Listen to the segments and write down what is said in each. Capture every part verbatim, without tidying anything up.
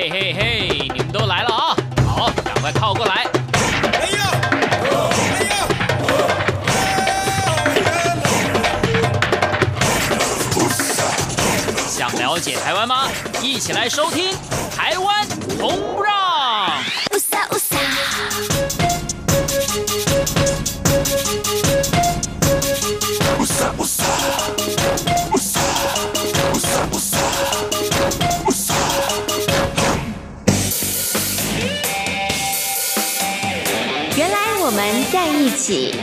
嘿嘿嘿，你们都来了啊！好，赶快靠过来。哎呀，哎呀！想了解台湾吗？一起来收听《台湾红不让》。 原来我们在一起。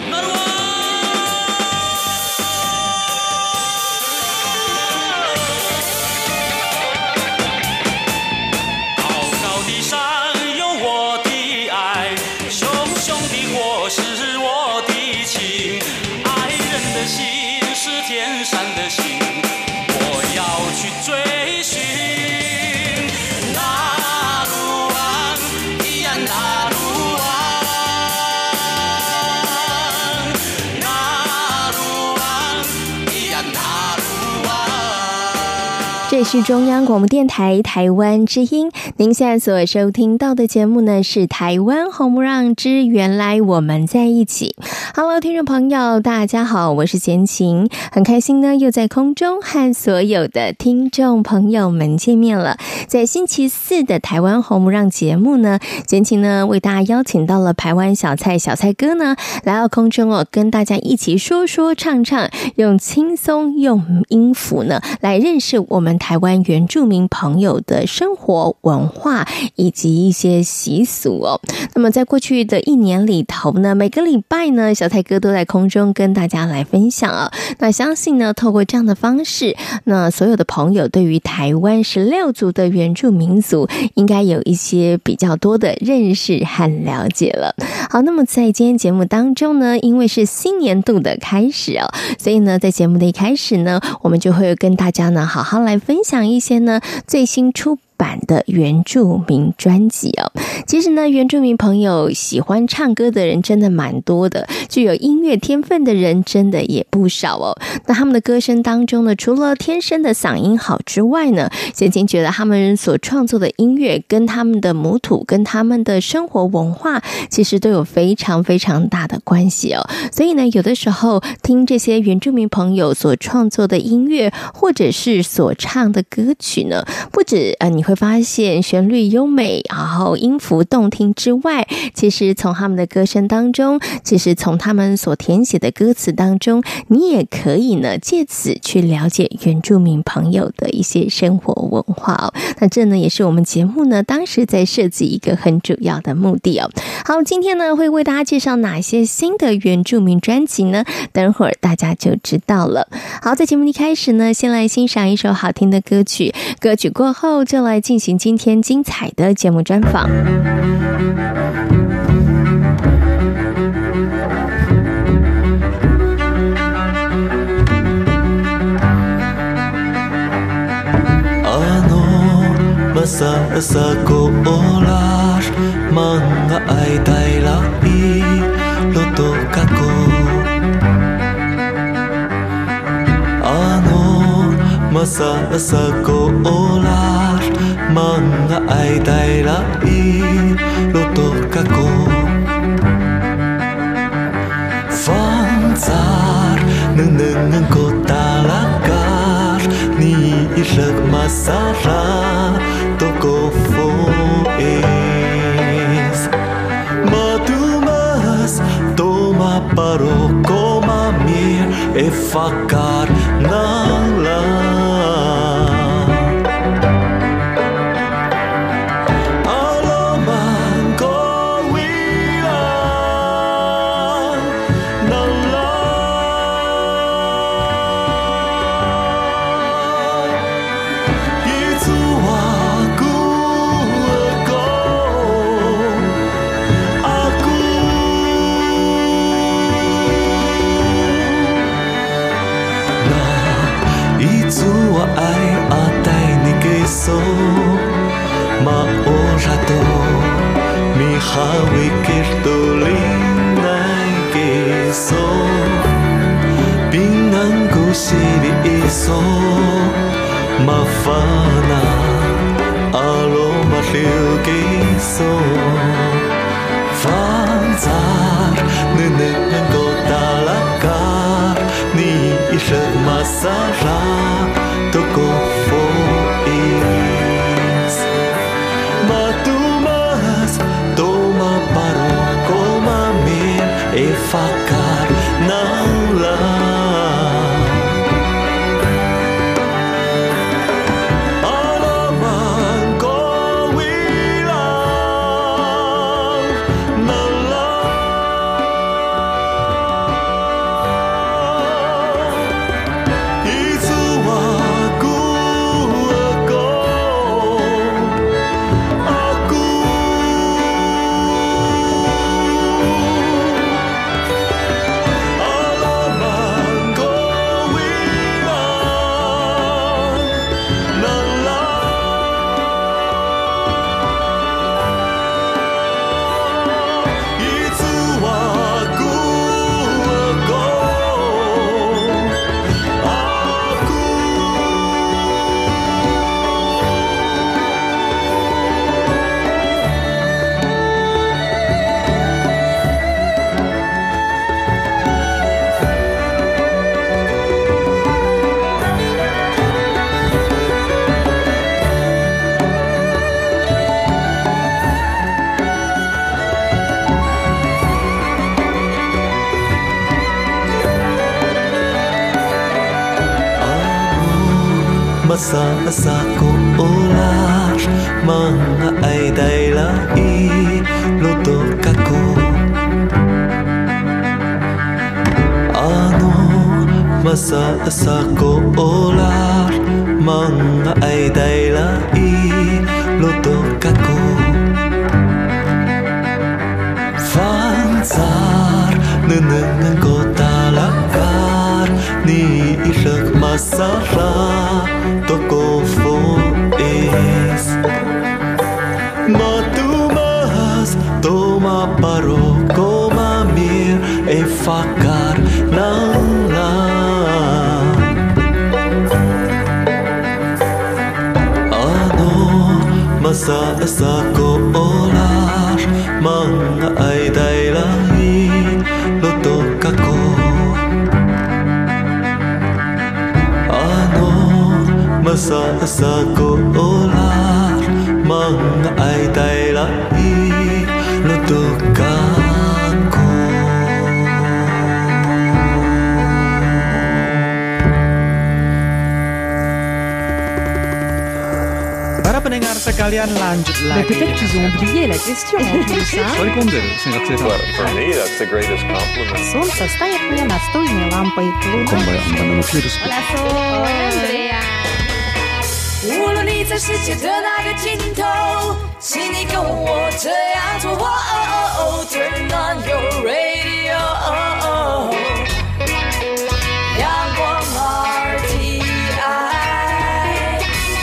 天上的星，我要去追寻。那鲁湾，咿呀那鲁湾，那鲁湾，咿呀那鲁湾。 这是中央广播电台台湾之音，您现在所收听到的节目呢是台湾红不让之原来我们在一起。Hello， 听众朋友，大家好，我是贤琴，很开心呢，又在空中和所有的听众朋友们见面了。在星期四的台湾红不让节目呢，贤琴呢为大家邀请到了台湾小蔡小蔡哥呢来到空中哦，跟大家一起说说唱唱，用轻松用音符呢来认识我们台湾原住民朋友的生活文化以及一些习俗哦。那么在过去的一年里头呢，每个礼拜呢，小蔡哥都在空中跟大家来分享啊。那相信呢，透过这样的方式，那所有的朋友对于台湾十六族的原住民族应该有一些比较多的认识和了解了。好，那么在今天节目当中呢，因为是新年度的开始哦，所以呢，在节目的一开始呢，我们就会跟大家呢好好来分享一些呢最新出版的原住民专辑哦。其实呢，原住民朋友喜欢唱歌的人真的蛮多的，具有音乐天分的人真的也不少哦。那他们的歌声当中呢，除了天生的嗓音好之外呢，贤琴觉得他们所创作的音乐跟他们的母土跟他们的生活文化其实都有非常非常大的关系哦。所以呢，有的时候听这些原住民朋友所创作的音乐或者是所唱的歌曲呢，不止呃你会发现旋律优美，然后音符动听之外，其实从他们的歌声当中，其实从他们所填写的歌词当中，你也可以呢借此去了解原住民朋友的一些生活文化哦。那这呢也是我们节目呢当时在设计一个很主要的目的哦。好，今天呢会为大家介绍哪些新的原住民专辑呢？等会儿大家就知道了。好，在节目一开始呢，先来欣赏一首好听的歌曲，歌曲过后就来进行今天精彩的节目专访。 Masa-masa sekolah mga ay taylai loto kako Ano masa-masa sekolah mga ay taylai loto kako Fanzar neng-neng ko talagar ni ilag masarap Toko foes Matumas Toma paro komamir E fakar nang lang Alaman ko wilang Nang lang Yitsuwa ay atay ni keso maorato mi hawi kirtolin ay keso pinanggo siri iso mafana alo masarap toko fois matumas toma paro koma mir e fakar nang lang Masa-masa ko ular mga ay daylai lutok ako ano masa-masa ko ular mga ay daylai lutok ako Fanzar nenengan ko talakar ni ilag masarap toko fois matumas toma paro koma mir e fakar nang lang ano masa-asa ko olar mga ay daylai lutok ako Masa-asa ko olar mga ay daylai lutok ako Para pendengar sekalian lanjut Mais lagi peut-être qu'ils ont oublié la question en plus, hein. 取り込んでる新学生さん For me, that's the greatest compliment. Солнце стоит мне настольной лампой. こんばんはバナナのフィールス Andrea 无论你在世界的哪个尽头，请你跟我这样做。Oh, turn on your radio.阳光 R T I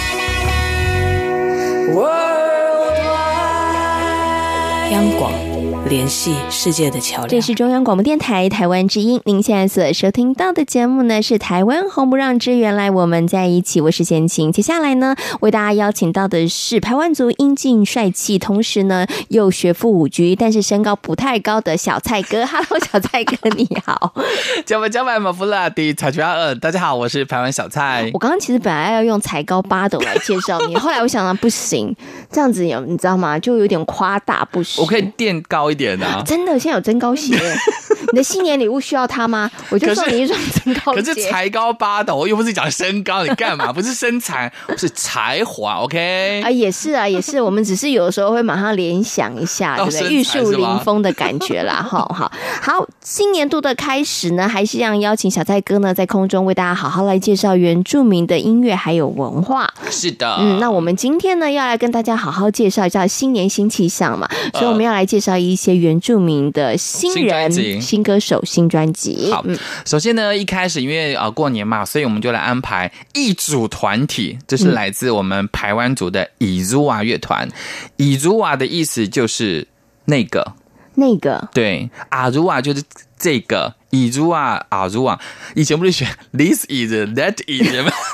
Worldwide。 央广联系世界的桥梁。 这是中央广播电台台湾之音，您现在所收听到的节目呢是台湾红不让之原来我们在一起，我是贤琴。接下来呢为大家邀请到的是排湾族英俊帅气，同时呢又学富五车，但是身高不太高的小蔡哥。Hello， 小蔡哥你好。 加白加白马夫拉迪彩菊二，大家好，我是排湾小蔡。 我刚刚其实本来要用才高八斗来介绍你，后来我想到不行，这样子有你知道吗？就有点夸大不实。 我可以垫高一点啊！ 真的，现在有增高鞋，你的新年礼物需要它吗？我就送你一双增高鞋。 可是才高八斗，又不是讲身高，你干嘛？不是身材，是才华。OK 啊，也是啊，也是。我们只是有时候会马上联想一下，对不对？玉树临风的感觉啦，哈，好，好。新年度的开始呢，还是让邀请小蔡哥呢在空中为大家好好来介绍原住民的音乐还有文化。 是的， 嗯，那我们今天呢要来跟大家好好介绍一下新年新气象嘛，所以我们要来介绍一些原住民的新人、新, 新歌手、新专辑。 好，嗯、首先呢，一开始因为呃过年嘛，所以我们就来安排一组团体，这是来自我们排湾族的以祖瓦乐团。以祖瓦的意思就是那个。 那个对，阿如瓦就是这个，以如瓦阿如瓦，以前不是学 this is that is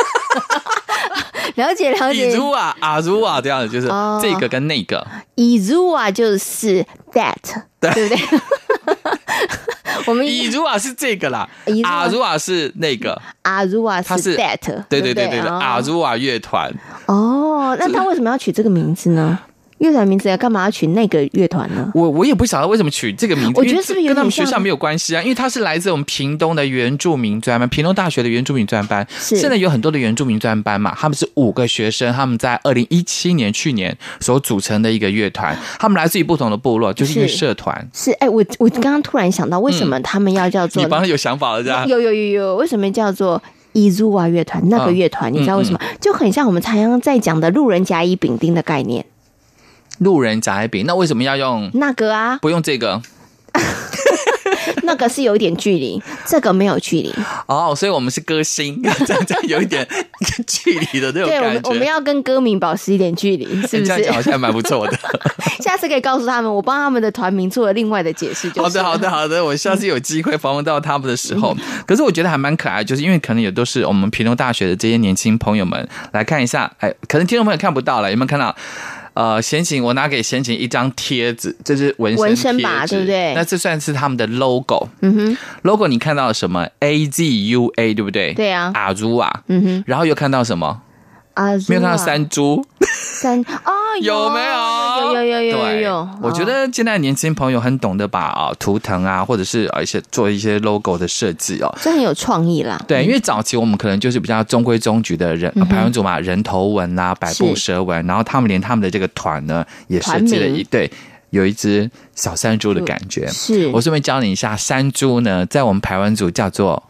了解了解， 以如瓦阿如瓦这样子，就是这个跟那个， 以如瓦就是 that， 对, 对不对？ 我们以如瓦是这个啦， 以如瓦阿如瓦是那个， 阿如瓦它是 that， 对对对对对， 哦阿如瓦乐团。 哦，那他为什么要取这个名字呢？乐团名字要干嘛要取那个乐团呢？ 我我也不晓得为什么取这个名字， 我觉得是不是有点跟他们学像校没有关系啊？因为它是来自我们屏东的原住民专班，屏东大学的原住民专班。 是现在有很多的原住民专班嘛，他们是五个学生，他们在二零一七年去年所组成的一个乐团，他们来自于不同的部落，就是一个社团。 是，哎、欸，我我刚刚突然想到，为什么他们要叫做？ 你帮他有想法了，这样？ 有有有有，为什么叫做？伊祖瓦乐团那个乐团、嗯，你知道为什么、嗯嗯？就很像我们常常在讲的路人甲乙丙丁的概念。 路人甲乙丙，那为什么要用那个啊？ 不用这个。 那个是有一点距离，这个没有距离哦，所以我们是歌星，这样这样有一点距离的那种感觉。 对，我们我们要跟歌迷保持一点距离，是不是？ 这样讲好像蛮不错的。 下次可以告诉他们，我帮他们的团名做了另外的解释。 好的，好的，好的。我下次有机会访问到他们的时候，嗯、可是我觉得还蛮可爱，就是因为可能也都是我们屏东大学的这些年轻朋友们来看一下，哎，可能听众朋友看不到了，有没有看到？呃，贤琴，我拿给贤琴一张贴纸，这是纹身纹身吧，对不对？ 那这算是他们的 logo。 嗯哼 ，logo 你看到了什么 ？A Z U A 对不对？ 对啊。 阿如啊， 嗯哼， 然后又看到什么？ 阿如、啊、 没有看到山猪。 山哦， 有没有？ 有有有有有有。 对，我觉得现在年轻朋友很懂得把啊图腾啊，或者是一些做一些 logo 的设计哦， 这很有创意啦。 对，因为早期我们可能就是比较中规中矩的人，嗯、排湾族嘛，人头纹啊，百步蛇纹，然后他们连他们的这个团呢，也设计了一对。有一只小山猪的感觉， 是我顺便教你一下，山猪呢，在我们排湾族叫做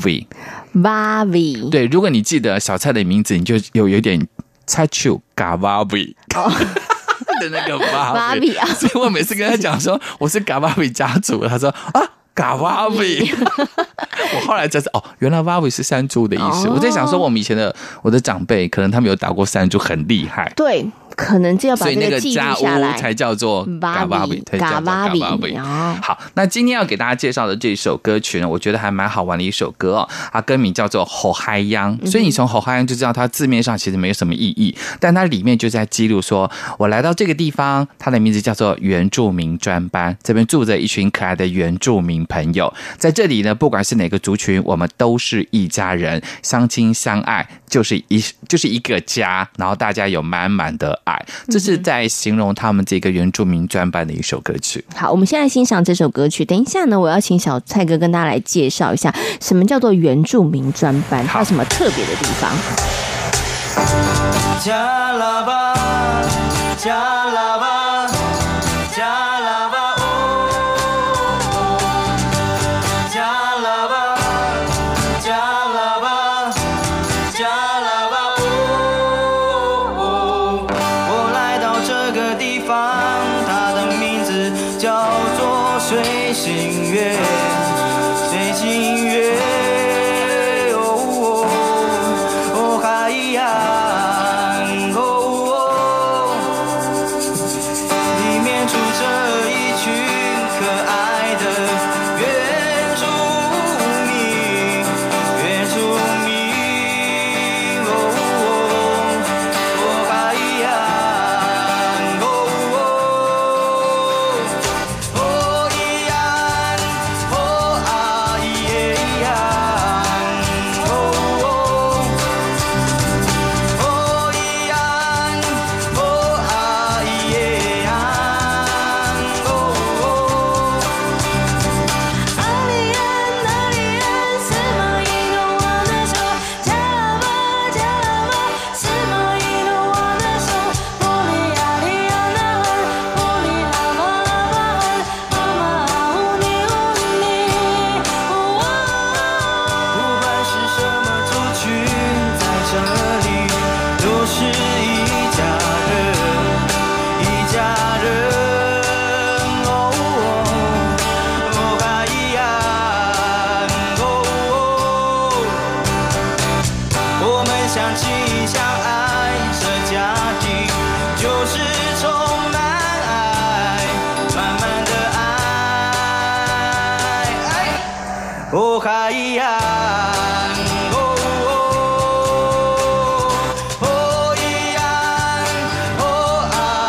Vavi，Vavi， 对，如果你记得小菜的名字，你就有有点猜出 Gavavi 的那个 Vavi 啊，所以我每次跟他讲说我是 Gavavi 家族，他说啊。嘎瓦维，我后来才知道哦，原来瓦维是山猪的意思。哦、我在想说，我们以前的我的长辈，可能他们有打过山猪，很厉害。 对，可能就要把这个记录下来。 所以那个家屋才叫做嘎瓦维，才叫做嘎瓦维。好，那今天要给大家介绍的这首歌曲呢，我觉得还蛮好玩的一首歌哦。它歌名叫做《吼嗨央》，所以你从吼嗨央就知道它字面上其实没有什么意义，但它里面就在记录说，我来到这个地方，它的名字叫做原住民专班，这边住着一群可爱的原住民朋友，在这里呢，不管是哪个族群，我们都是一家人，相亲相爱，就是一就是一个家，然后大家有满满的爱，这是在形容他们这个原住民专班的一首歌曲。 好，我们现在欣赏这首歌曲。等一下呢，我要请小蔡哥跟大家来介绍一下什么叫做原住民专班，它有什么特别的地方。 加拉巴，加拉巴，加拉巴。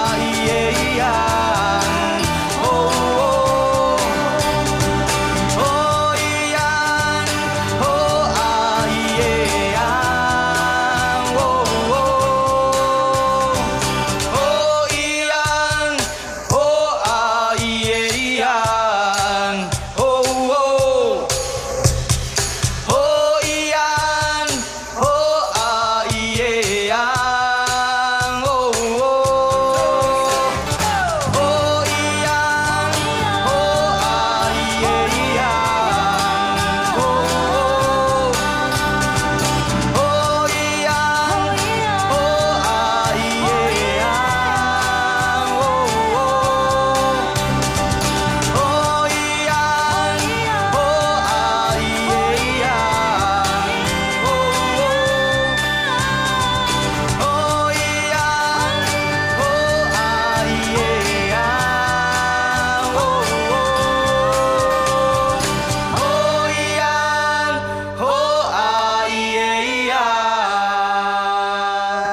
哦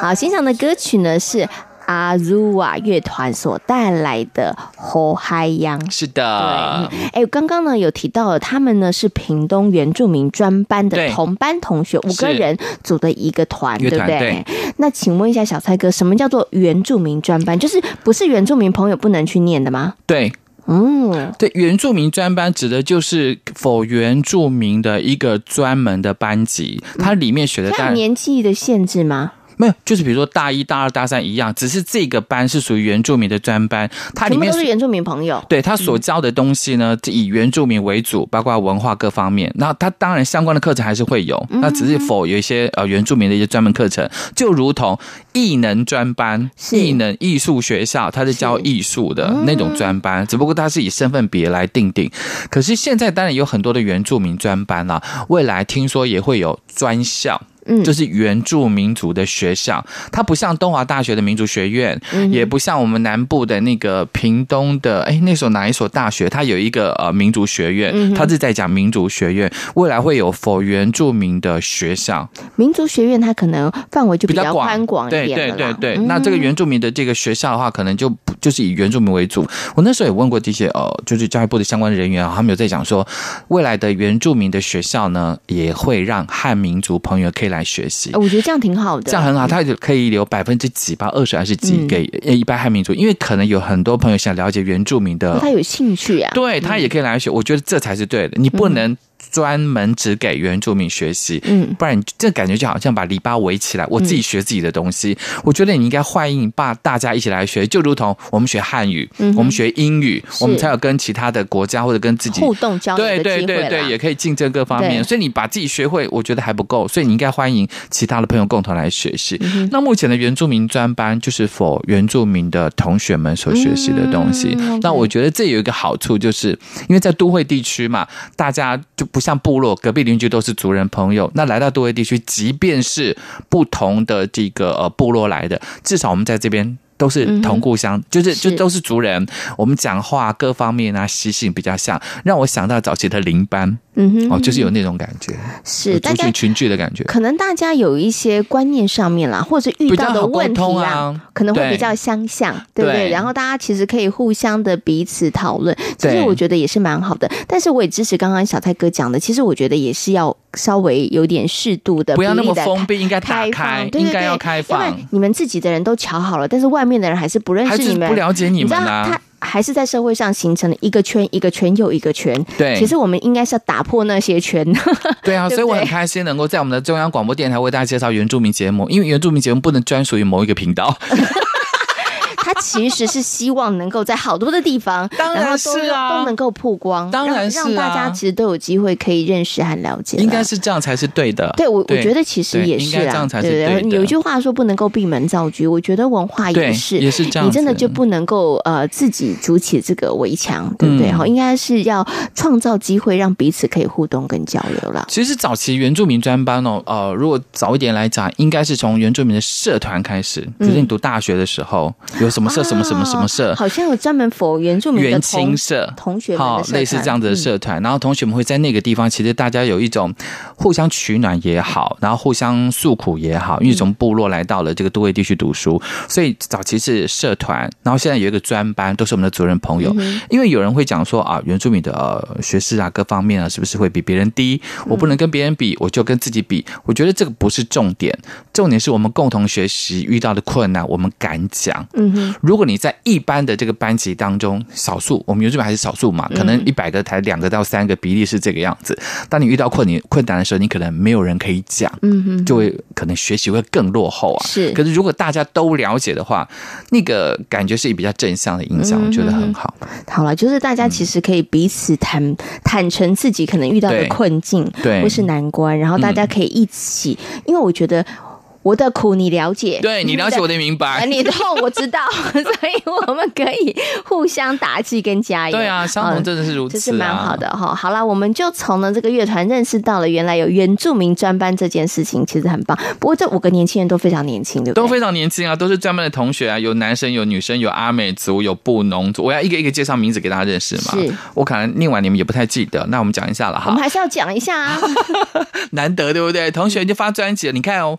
好，欣赏的歌曲呢是阿祖瓦乐团所带来的《后海洋》。 是的， 哎，刚刚呢有提到了，他们呢是屏东原住民专班的同班同学，五个人组的一个团，对不对？ 对。 那请问一下小蔡哥，什么叫做原住民专班？就是不是原住民朋友不能去念的吗？ 对。 嗯， 对，原住民专班指的就是否原住民的一个专门的班级，它里面学的它有年纪的限制吗？ 没有，就是比如说大一、大二、大三一样，只是这个班是属于原住民的专班，它里面全部都是原住民朋友。 对，他所教的东西呢，以原住民为主，包括文化各方面。那他当然相关的课程还是会有， 嗯、 那只是否有一些呃原住民的一些专门课程，就如同艺能专班、艺能艺术学校，它是教艺术的那种专班，只不过它是以身份别来定定。可是现在当然有很多的原住民专班啦，未来听说也会有专校。嗯，就是原住民族的学校，它不像东华大学的民族学院，嗯、也不像我们南部的那个屏东的，哎，那所哪一所大学，它有一个呃民族学院，嗯、它是在讲民族学院，未来会有否原住民的学校。 民族学院它可能范围就比较宽广一点了， 对对对对。嗯、那这个原住民的这个学校的话，可能就就是以原住民为主。我那时候也问过这些呃，就是教育部的相关的人员啊，他们有在讲说，未来的原住民的学校呢，也会让汉民族朋友可以来学习。 我觉得这样挺好的， 这样很好，它可以留百分之几吧，二十还是几给一般汉民族，因为可能有很多朋友想了解原住民的， 他有兴趣啊， 对他也可以来学。我觉得这才是对的，你不能专门只给原住民学习，嗯，不然这感觉就好像把篱笆围起来，我自己学自己的东西。嗯、我觉得你应该欢迎把大家一起来学，就如同我们学汉语，嗯、我们学英语，我们才有跟其他的国家或者跟自己互动交流的机会， 对对对对，也可以竞争各方面。所以你把自己学会，我觉得还不够，所以你应该欢迎其他的朋友共同来学习。嗯、那目前的原住民专班就是否原住民的同学们所学习的东西。嗯、那我觉得这有一个好处，就是因为在都会地区嘛，大家就不像部落，隔壁邻居都是族人朋友。那来到都会地区，即便是不同的这个呃部落来的，至少我们在这边都是同故乡，嗯、就是就都是族人，我们讲话各方面啊习性比较像，让我想到早期的邻班。嗯哼，哦，就是有那种感觉， 是族群群聚的感觉。 可能大家有一些观念上面啦，或者遇到的问题啊，啊可能会比较相像，对不对？对，然后大家其实可以互相的彼此讨论，其实我觉得也是蛮好的。但是我也支持刚刚小蔡哥讲的，其实我觉得也是要稍微有点适度的， 不要那么封闭，应该打开， 对对对， 应该要开放。 因为你们自己的人都瞧好了，但是外面的人还是不认识你们， 不了解你们啊。 他还是在社会上形成了一个圈一个圈又一个圈， 对， 其实我们应该是要打破那些圈。 对啊，对对，所以我很开心能够在我们的中央广播电台为大家介绍原住民节目，因为原住民节目不能专属于某一个频道。 他其实是希望能够在好多的地方， 当然是啊， 都能够曝光， 当然是、啊、 让大家其实都有机会可以认识和了解。 应该是这样才是对的。 对，我我觉得其实也是啊， 应该这样才是对的。 对对，有一句话说不能够闭门造车，我觉得文化也是， 也是这样。 你真的就不能够呃自己筑起这个围墙，对不对？好、嗯，应该是要创造机会，让彼此可以互动跟交流了。 其实早期原住民专班哦，呃，如果早一点来讲，应该是从原住民的社团开始。比如你读大学的时候，嗯、有什么社、什么什么什么。什么社， 好像有专门 for 原住民的原青社同学们的社团， 类似这样子的社团、嗯、然后同学们会在那个地方，其实大家有一种互相取暖也好，然后互相诉苦也好，因为从部落来到了这个都会地区读书，所以早期是社团，然后现在有一个专班，都是我们的族人朋友、嗯、因为有人会讲说啊，原住民的、呃、学识啊各方面啊是不是会比别人低，我不能跟别人比，我就跟自己比，我觉得这个不是重点，重点是我们共同学习遇到的困难我们敢讲、嗯、哼，如果你在一般的这个班级当中，少数我们原住民还是少数嘛，可能一百个才两个到三个，比例是这个样子。当你遇到困难困难的时候，你可能没有人可以讲，嗯哼，就会可能学习会更落后啊。 是， 可是如果大家都了解的话，那个感觉是以比较正向的影响，我觉得很好。 好了，就是大家其实可以彼此坦、嗯、坦诚自己可能遇到的困境，对，或是难关，然后大家可以一起，嗯、因为我觉得。我的苦你了解， 对，你了解我的明白， 你的痛我知道，所以我们可以互相打气跟加油。 对啊，相同真的是如此、啊，这是蛮好的哈。好啦，我们就从呢这个乐团认识到了原来有原住民专班这件事情，其实很棒。不过这五个年轻人都非常年轻，对不对？ 都非常年轻啊，都是专门的同学啊，有男生有女生，有阿美族，有布农族。我要一个一个介绍名字给大家认识嘛。是，我可能念完你们也不太记得，那我们讲一下了哈。 我们还是要讲一下啊， 难得对不对？同学就发专辑了，你看哦，如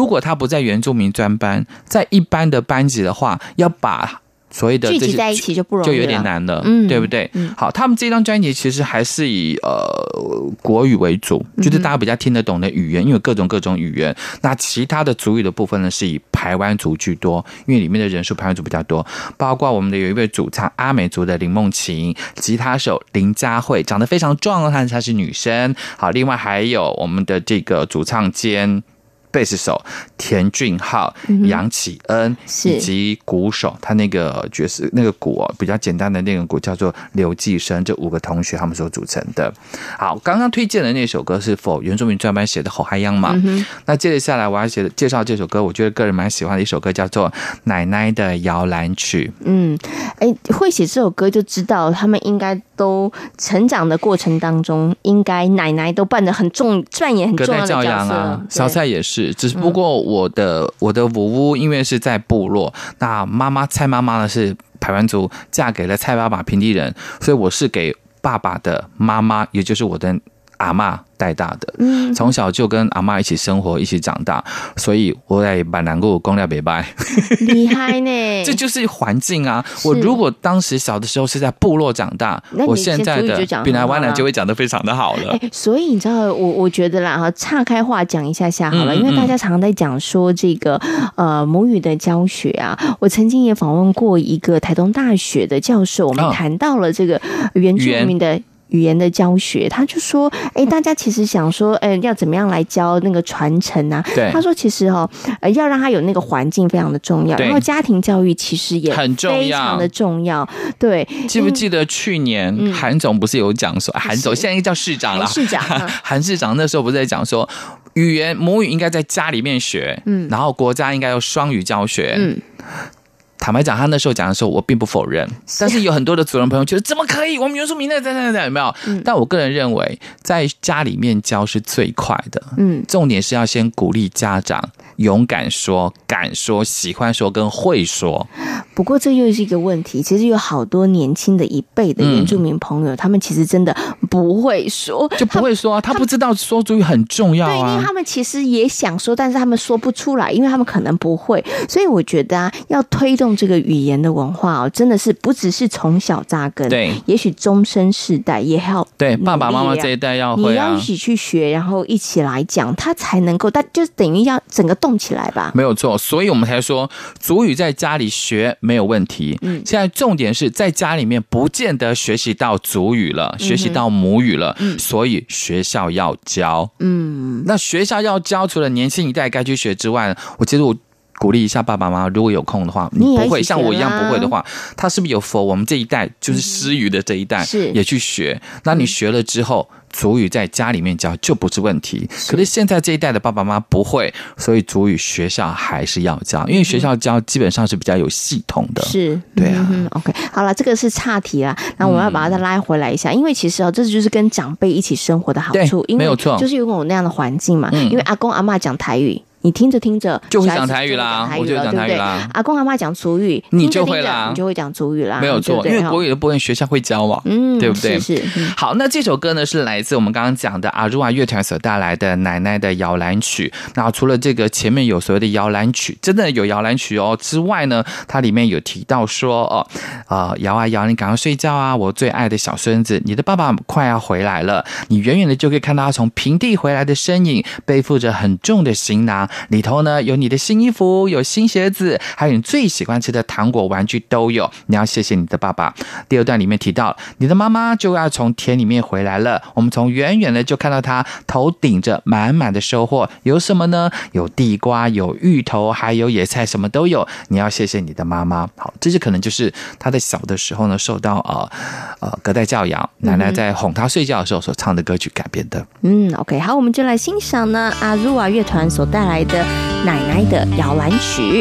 如果他不在原住民专班，在一般的班级的话，要把所谓的聚集在一起就不容易了， 就有点难了， 嗯， 对不对？ 嗯， 好，他们这张专辑其实还是以呃国语为主，就是大家比较听得懂的语言，因为有各种各种语言。那其他的族语的部分呢，是以排湾族居多，因为里面的人数排湾族比较多，包括我们的有一位主唱阿美族的林梦琴，吉他手林佳慧，长得非常壮，她她是女生。好，另外还有我们的这个主唱兼贝斯手田俊浩、嗯、杨启恩以及鼓手，他那个爵士那个鼓哦，比较简单的那个鼓叫做刘继生，这五个同学他们所组成的。好，刚刚推荐的那首歌是否原住民专班写的《好嗨样》嘛、嗯？那接着下来我要写介绍这首歌，我觉得个人蛮喜欢的一首歌，叫做《奶奶的摇篮曲》。 嗯，哎，会写这首歌就知道他们应该都成长的过程当中，应该奶奶都扮得很重，扮演很重要的角色。隔代教养啊， 小蔡也是。只不过我的、嗯、我的母屋因为是在部落，那妈妈蔡妈妈呢是排湾族，嫁给了蔡爸爸平地人，所以我是给爸爸的妈妈，也就是我的阿嬷带大的，从小就跟阿嬷一起生活，一起长大，所以我在板南谷公料北拜， 厉害呢！ 这就是环境啊！我如果当时小的时候是在部落长大，我现在的比南湾南就会讲得非常的好了。 欸、所以你知道，我我觉得啦，哈，岔开话讲一下下好了，嗯嗯嗯因为大家常常在讲说这个呃母语的教学啊，我曾经也访问过一个台东大学的教授，我们谈到了这个原住民的语言的教学，他就说，哎，大家其实想说，哎，要怎么样来教那个传承啊？ 对， 他说其实哦，呃，要让他有那个环境非常的重要，然后家庭教育其实也很重要， 非常的重要。对， 记不记得去年韩总不是有讲说，韩总现在叫市长了， 市长， 韩市长那时候不是在讲说，语言母语应该在家里面学，嗯，然后国家应该有双语教学，嗯。坦白讲，他那时候讲的时候，我并不否认，但是有很多的主人朋友觉得怎么可以？我们原住民的在在在有没有？嗯、但我个人认为，在家里面教是最快的。嗯，重点是要先鼓励家长勇敢说、敢说、喜欢说跟会说。 不过这又是一个问题，其实有好多年轻的一辈的原住民朋友，嗯、他们其实真的不会说， 就不会说，他, 他不知道说族语很重要啊。 对，因为他们其实也想说，但是他们说不出来，因为他们可能不会。所以我觉得啊，要推动这个语言的文化哦，真的是不只是从小扎根， 对， 也许终身世代也要对爸爸妈妈这一代要会啊， 你要一起去学，然后一起来讲，他才能够，但就等于要整个动起来吧。 没有错，所以我们才说族语在家里学没有问题。嗯，现在重点是在家里面不见得学习到族语了，学习到母语了，嗯，所以学校要教。嗯，那学校要教，除了年轻一代该去学之外，我其实我。鼓励一下爸爸妈妈，如果有空的话，你不会像我一样不会的话，他是不是有佛我们这一代就是师语的这一代也去学？那你学了之后，族语在家里面教就不是问题。可是现在这一代的爸爸妈妈不会，所以族语学校还是要教，因为学校教基本上是比较有系统的。 是， 对啊。 嗯、OK， 好了，这个是岔题啦，那我们要把它再拉回来一下，嗯、因为其实哦，这就是跟长辈一起生活的好处，因为就是有我那样的环境嘛，嗯、因为阿公阿嬷讲台语。你听着听着就会讲台语啦，我就会讲台语啦。 阿公阿嬷讲族语， 你就会啦， 你就会讲族语啦， 没有错，因为国语的部分学校会教嘛，嗯，对不对？ 是是。嗯、 好，那这首歌呢是来自我们刚刚讲的阿鲁瓦乐团所带来的《奶奶的摇篮曲》。那除了这个前面有所谓的摇篮曲，真的有摇篮曲哦之外呢，它里面有提到说哦，呃，摇啊摇，你赶快睡觉啊，我最爱的小孙子，你的爸爸快要回来了。你远远的就可以看到他从平地回来的身影，背负着很重的行囊，里头呢有。有你的新衣服，有新鞋子，还有你最喜欢吃的糖果玩具都有，你要谢谢你的爸爸。第二段里面提到你的妈妈就要从田里面回来了，我们从远远的就看到她头顶着满满的收获，有什么呢？有地瓜，有芋头，还有野菜，什么都有，你要谢谢你的妈妈。好，这是可能就是他在小的时候呢受到呃呃隔代教养，奶奶在哄他睡觉的时候所唱的歌曲改编的。 嗯 OK， 好，我们就来欣赏呢阿鲁瓦乐团所带来的奶奶的摇篮曲。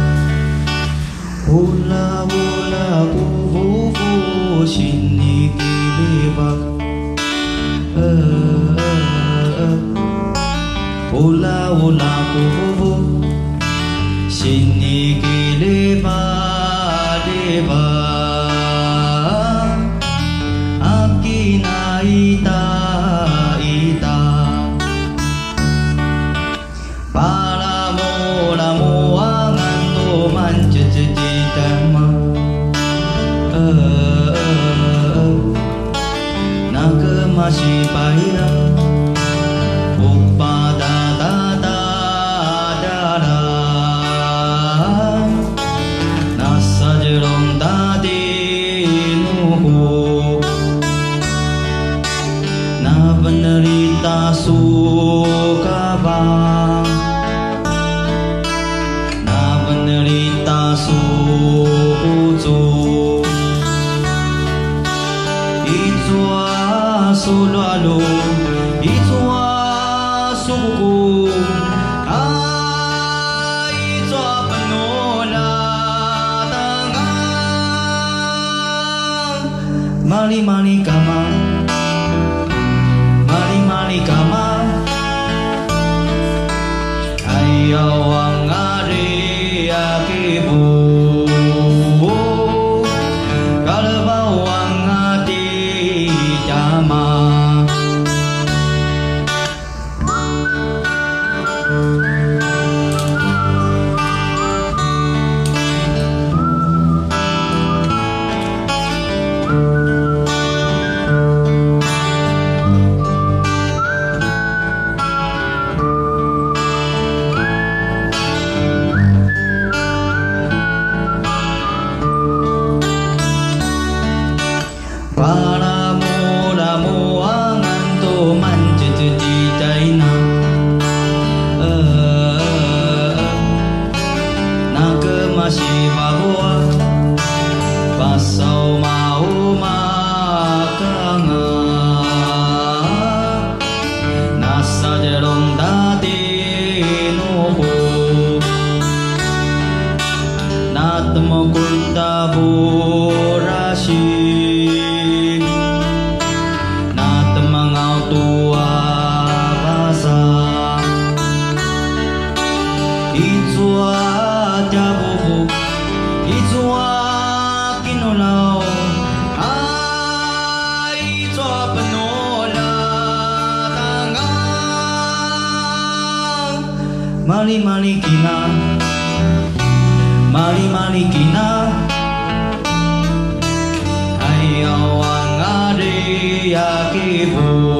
Ula ula uvu uvu sini kilebak Ula ula uvu sini kilebak lebak Akina ita ita Para Mali mali kama Mali mali kama Ayaw ang ari akibu Kalabaw ang ati tama Para mula-mu ang antuman Cicitay na Nakamasi bahwa Basaw maumaka Nasa jarong dati nuho Natmokul taburasi tua basa Izua jabubu Izua kinulaw Ay izua penola tangang Mali mali kina Mali mali kina Ayaw ang ari akibu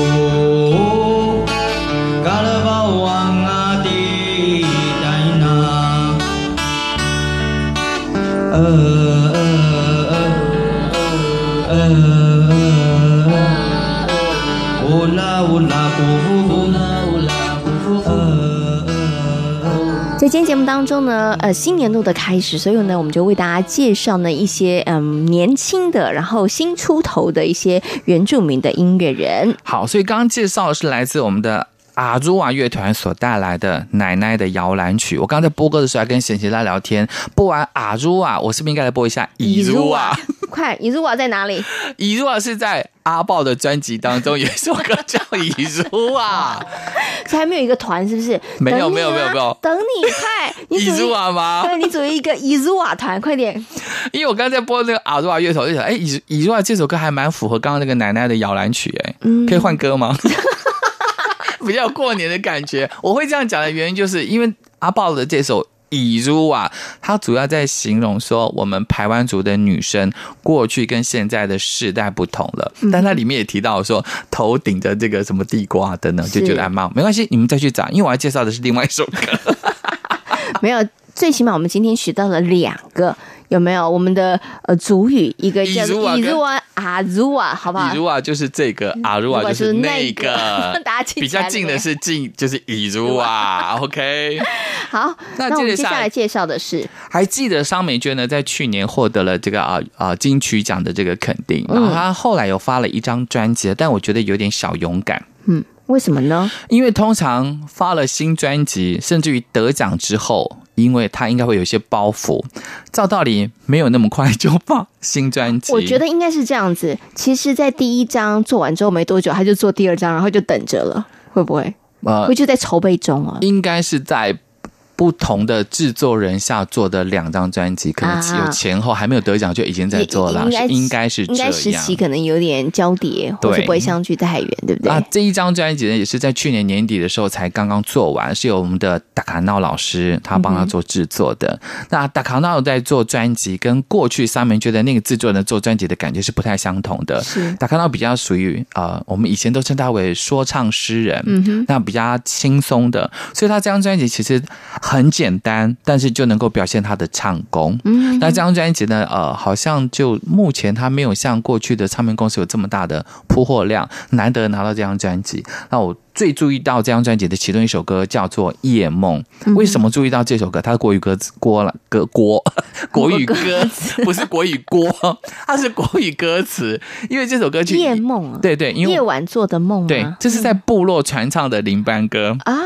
在今天节目当中呢，呃，新年度的开始，所以呢，我们就为大家介绍呢一些嗯年轻的，然后新出头的一些原住民的音乐人。 好，所以刚刚介绍的是来自我们的阿祖瓦乐团所带来的奶奶的摇篮曲。我刚才在播歌的时候还跟贤贤在聊天，播完阿祖瓦，我是不是应该来播一下伊祖瓦？ 快，伊祖瓦在哪里？ 伊祖瓦是在阿豹的专辑当中有一首歌叫伊祖瓦， 所以还没有一个团是不是？ 没有、 啊、 没有没有没有， 等你快，你伊祖瓦吗？ 对，你组一个伊祖瓦团，快点！ 因为我刚才在播那个阿祖瓦乐团，我就想，哎，伊伊祖瓦这首歌还蛮符合刚刚那个奶奶的摇篮曲，哎、嗯，可以换歌吗？比较过年的感觉。我会这样讲的原因，就是因为阿豹的这首伊祖瓦，它主要在形容说我们排湾族的女生过去跟现在的世代不同了，嗯、但它里面也提到说头顶着这个什么地瓜灯呢，就觉得还蛮没关系，你们再去找，因为我要介绍的是另外一首歌。 没有，最起码我们今天学到了两个。有没有我们的呃族语，一个叫做伊祖瓦、阿祖瓦，好不好？ 伊祖瓦就是这个，阿祖瓦就是那个， 大家比较近的是近，就是伊祖瓦。OK， 好，那我们接下来介绍的是， 还记得商美娟呢，在去年获得了这个啊啊金曲奖的这个肯定，然后她后来有发了一张专辑，但我觉得有点小勇敢， 嗯。为什么呢？ 因为通常发了新专辑，甚至于得奖之后，因为他应该会有一些包袱，照道理没有那么快就放新专辑。 我觉得应该是这样子。其实，在第一张做完之后没多久，他就做第二张，然后就等着了，会不会？呃，会就在筹备中啊？ 应该是在不同的制作人下做的两张专辑，可能有前后，还没有得奖就已经在做了，应该是这样。 应该时期可能有点交叠，或是不会相距太远，对不对？ 啊，这一张专辑呢，也是在去年年底的时候才刚刚做完，是由我们的达卡闹老师他帮他做制作的。嗯、那达卡闹在做专辑，跟过去三门觉得那个制作人做专辑的感觉是不太相同的。 是达卡闹比较属于呃，我们以前都称他为说唱诗人，嗯哼，那比较轻松的，所以他这张专辑其实很简单，但是就能够表现他的唱功。嗯，那这张专辑呢，呃，好像就目前他没有像过去的唱片公司有这么大的铺货量，难得拿到这张专辑。那我最注意到这张专辑的其中一首歌叫做《夜梦》，为什么注意到这首歌？它是国语歌词，国了歌国国语歌，不是国语锅，它是国语歌词。因为这首歌曲夜梦啊， 对对，因为夜晚做的梦、啊， 对，这是在部落传唱的领班歌啊。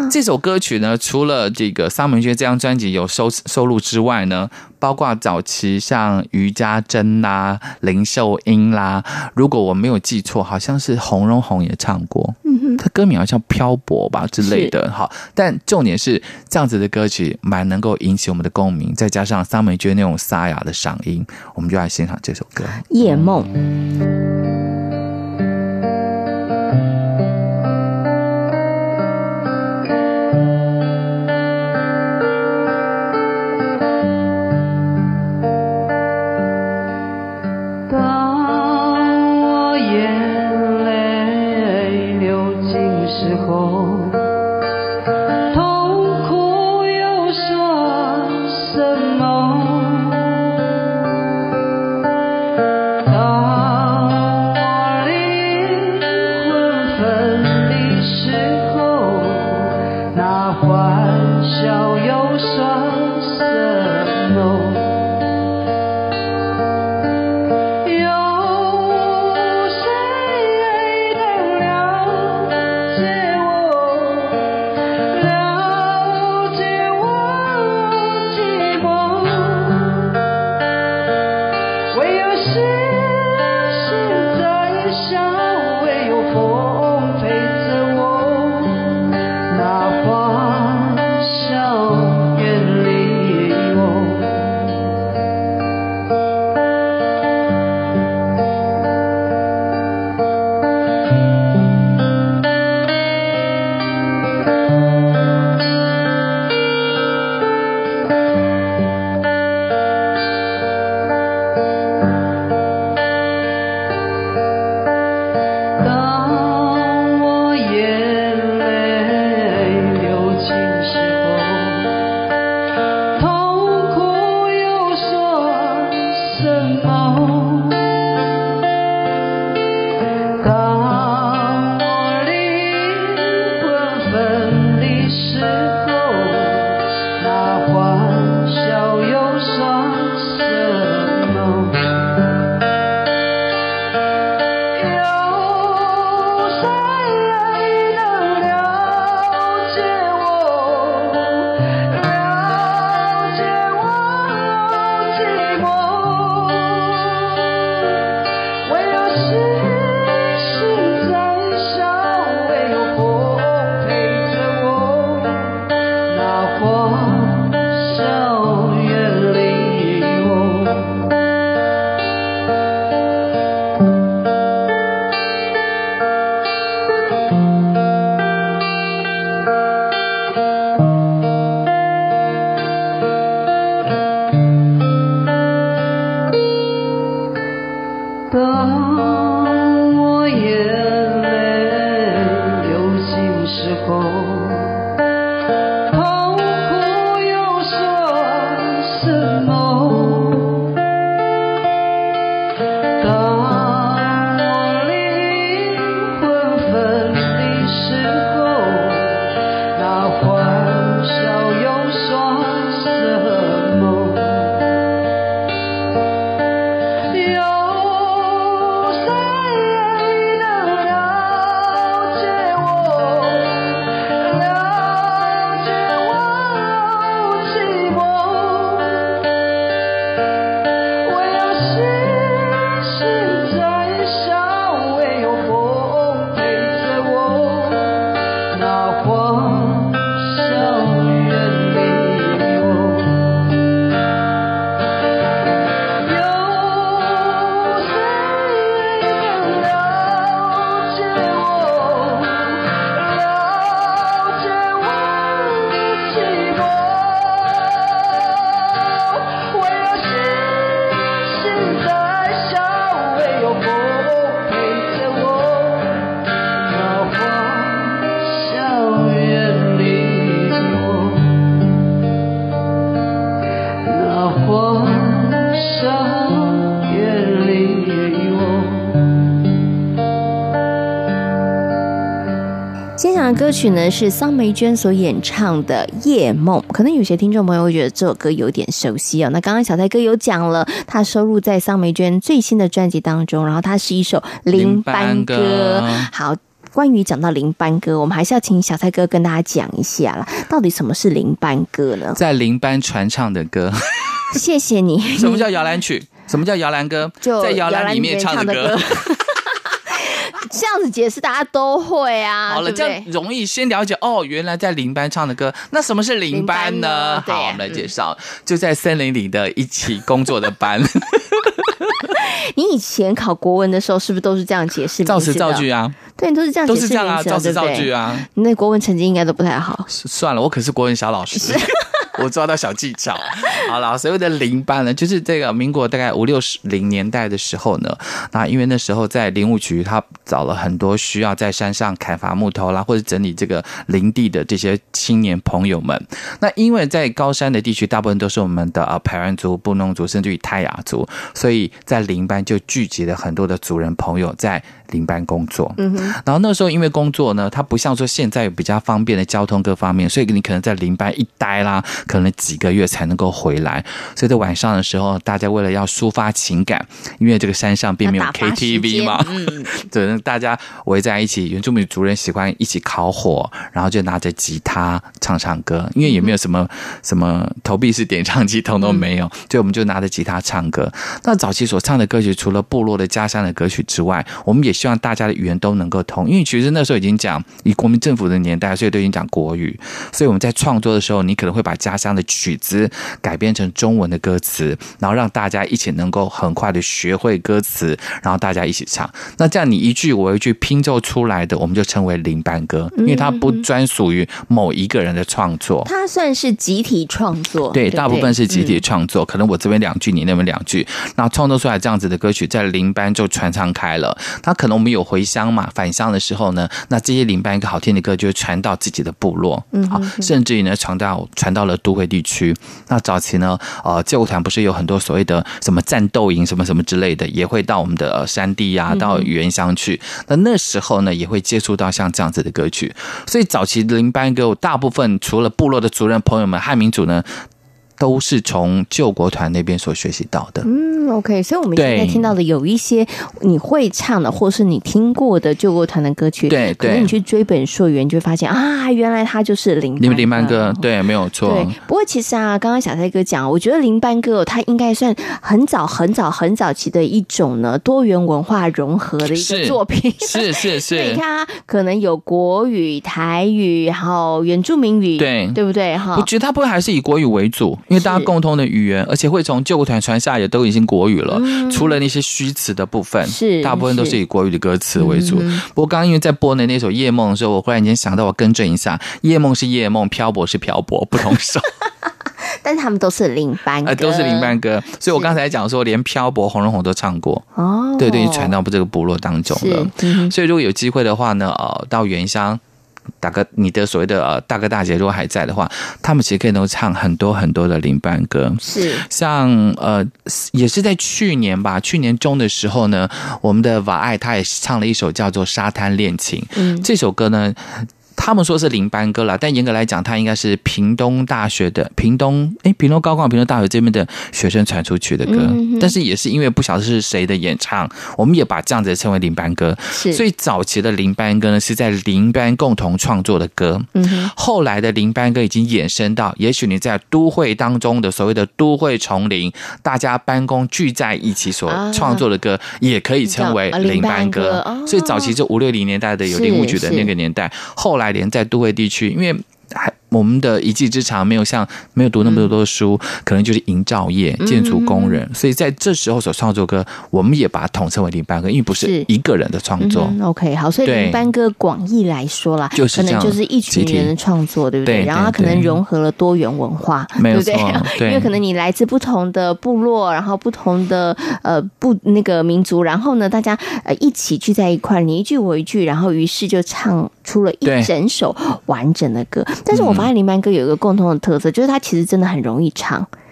这首歌曲呢，除了这个桑梅娟这张专辑有收收录之外呢，包括早期像余家珍啦、林秀英啦，如果我没有记错，好像是洪荣宏也唱过，嗯，他歌名好像漂泊吧之类的。好，但重点是这样子的歌曲蛮能够引起我们的共鸣，再加上桑梅娟那种沙哑的嗓音，我们就来欣赏这首歌《 夜梦》。歌曲呢是桑梅娟所演唱的《夜梦》，可能有些听众朋友会觉得这首歌有点熟悉哦。那刚刚小泰哥有讲了，它收录在桑梅娟最新的专辑当中，然后它是一首零班歌。好， 关于讲到邻班歌，我们还是要请小蔡哥跟大家讲一下啦，到底什么是邻班歌呢？ 在邻班传唱的歌。 谢谢你。 什么叫摇篮曲？什么叫摇篮歌？ 就在摇篮里面唱的歌。 这样子解释大家都会啊。 好了， 对对， 这样容易先了解哦。原来在邻班唱的歌，那什么是邻班呢？ 班呢好，我们来介绍，嗯、就在森林里的一起工作的班。 你以前考国文的时候，是不是都是这样解释？ 造词造句啊， 对，你都是这样解释， 都是这样啊，造词造句啊。 你那国文成绩应该都不太好。 算了，我可是国文小老师。我抓到小技巧。好了，所谓的邻班呢，就是这个民国大概五六零年代的时候呢，那因为那时候在林务局，他找了很多需要在山上砍伐木头啦，或者整理这个林地的这些青年朋友们。那因为在高山的地区，大部分都是我们的呃排湾族、布农族，甚至于泰雅族，所以在邻班就聚集了很多的族人朋友在邻班工作。嗯哼。然后那时候因为工作呢，它不像说现在有比较方便的交通各方面，所以你可能在邻班一待啦，可能几个月才能够回来。所以在晚上的时候，大家为了要抒发情感，因为这个山上并没有 K T V 嘛，嗯，对，大家围在一起，原住民族人喜欢一起烤火，然后就拿着吉他唱唱歌，因为也没有什么、嗯、什么投币式点唱机，通都没有，所以我们就拿着吉他唱歌。那早期所唱的歌曲，除了部落的家乡的歌曲之外，我们也希望大家的语言都能够通，因为其实那时候已经讲以国民政府的年代，所以都已经讲国语，所以我们在创作的时候，你可能会把家乡的曲子改编成中文的歌词，然后让大家一起能够很快的学会歌词，然后大家一起唱。那这样你一句我一句拼凑出来的，我们就称为邻班歌，因为它不专属于某一个人的创作， 它算是集体创作。 对, 对, 对，大部分是集体创作、嗯、可能我这边两句你那边两句，然后创作出来这样子的歌曲在邻班就传唱开了。它可能我们有回乡嘛，返乡的时候呢，那这些邻班一个好听的歌就会传到自己的部落，嗯哼哼，甚至于呢传到传到了都会地区。那早期呢呃救国团不是有很多所谓的什么战斗营什么什么之类的，也会到我们的山地啊，到原乡去。那那时候呢也会接触到像这样子的歌曲。所以早期邻班歌大部分除了部落的族人朋友们汉民族呢，都是从救国团那边所学习到的。 嗯 OK， 所以我们现在听到的有一些你会唱的或是你听过的救国团的歌曲，对，可能你去追本溯源就会发现啊，原来它就是邻班歌。 邻班歌，对，没有错。 对，不过其实啊，刚刚小蔡哥讲，我觉得邻班歌它应该算很早很早很早期的一种呢多元文化融合的一个作品。 是是是， 你看它可能有国语、台语，然后原住民语， 对对不对？哈， 我觉得它不会还是以国语为主，因为大家共同的语言，而且会从救国团传下也都已经国语了、嗯、除了那些虚词的部分，是大部分都是以国语的歌词为主、嗯、不过刚刚因为在播的那首夜梦的时候，我忽然间想到我更正一下，夜梦是夜梦，漂泊是漂泊，不同首但是他们都是邻班歌、呃、 都是邻班歌，所以我刚才讲说连漂泊红人红都唱过哦，对对，传到这个部落当中了、嗯、所以如果有机会的话呢呃，到原乡大哥，你的所谓的呃大哥大姐如果还在的话，他们其实可以都唱很多很多的邻班歌，是像呃也是在去年吧，去年中的时候呢，我们的瓦爱他也唱了一首叫做《沙滩恋情》，嗯，这首歌呢。他们说是邻班歌啦，但严格来讲，它应该是屏东大学的屏东诶，屏东高工、屏东大学这边的学生传出去的歌、嗯，但是也是因为不晓得是谁的演唱，我们也把这样子称为邻班歌。所以早期的邻班歌呢，是在邻班共同创作的歌。嗯、后来的邻班歌已经衍生到，也许你在都会当中的所谓的都会丛林，大家班工聚在一起所创作的歌，啊、也可以称为邻班歌。哦、所以早期就五六零年代的有林务局的那个年代，后来连在都会地区，因为还我们的一技之长没有像没有读那么多书、嗯、可能就是营造业、建筑工人、嗯、所以在这时候所创作歌，我们也把它统称为邻班歌，因为不是一个人的创作、嗯、 OK 好，所以邻班歌广义来说啦，就是可能就是一群人的创作，对不 对, 对, 对, 对，然后它可能融合了多元文化， 没有错， 对不 对, 对，因为可能你来自不同的部落，然后不同的呃不那个民族，然后呢大家呃一起聚在一块，你一句我一句，然后于是就唱出了一整首完整的歌。但是我发现邻班歌有一个共同的特色，就是它其实真的很容易唱。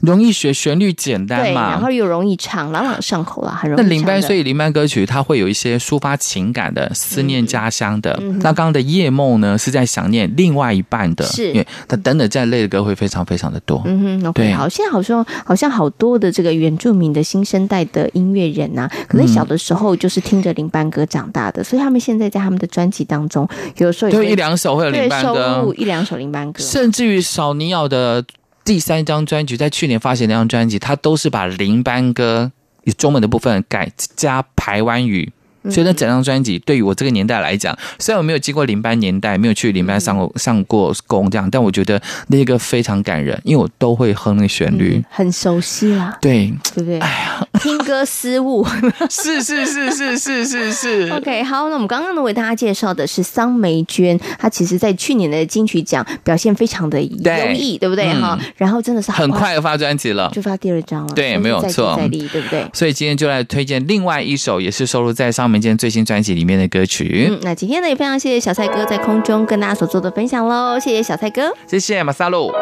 容易学，旋律简单嘛， 对，然后又容易唱，朗朗上口啦，很容易唱的。 那林班，所以林班歌曲它会有一些抒发情感的、思念家乡的。嗯、那刚刚的夜梦呢，是在想念另外一半的， 是， 因为它等等这类的歌会非常非常的多。 嗯哼 ，OK， 对， 好，现在好像好像好多的这个原住民的新生代的音乐人呐、啊，可能小的时候就是听着林班歌长大的，所以他们现在在他们的专辑当中，有时候也会对一两首会有林班歌， 收录一两首林班歌， 甚至于少尼奥的第三张专辑，在去年发行那张专辑，它都是把林班歌以中文的部分改加排湾语。所以那整张专辑对于我这个年代来讲，虽然我没有经过林班年代，没有去林班上过上过工这样，但我觉得那个非常感人，因为我都会哼那个旋律， 嗯、很熟悉啦， 对， 对不对？ 哎呀， 听歌思悟， 是是是是是是是。 OK， 好，那我们刚刚呢为大家介绍的是桑梅娟，她其实在去年的金曲奖表现非常的优异， 对, 对不对哈、嗯？然后真的是很快就发专辑了， 就发第二张了， 对，没有错， 再厉，对不对？ 所以今天就来推荐另外一首，也是收录在桑梅娟最新专辑里面的歌曲。 嗯，那今天呢也非常谢谢小蔡哥在空中跟大家所做的分享喽，谢谢小蔡哥， 谢谢马萨路。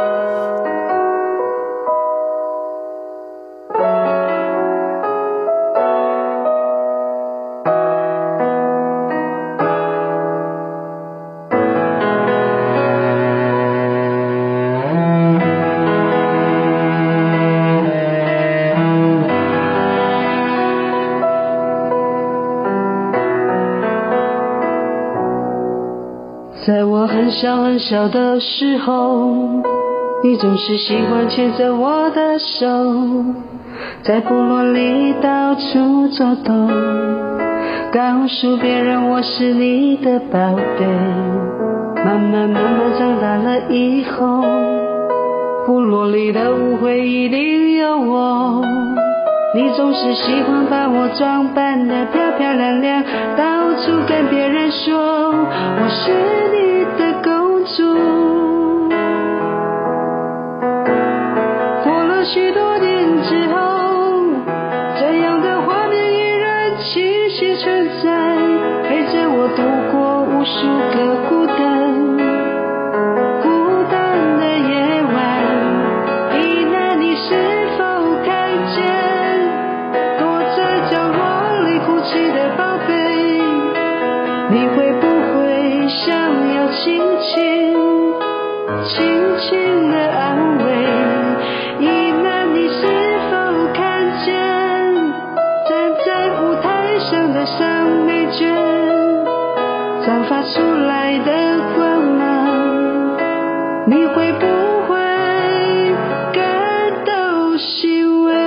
在我很小很小的时候，你总是喜欢牵着我的手，在部落里到处走动，告诉别人我是你的宝贝。慢慢慢慢长大了以后，部落里的舞会一定有我，你总是喜欢把我装扮得漂漂亮亮，到处跟别人说我是你的公主。过了许多年之后，这样的画面依然清晰存在，陪着我度过无数个孤单孤单的夜晚。咦，那你是否看见躲在角落里哭泣的宝贝？你会不会想要轻轻轻轻地安慰？咦，那你是否看见站在舞台上的尚美娟散发出来的光芒？你会不会感到欣慰？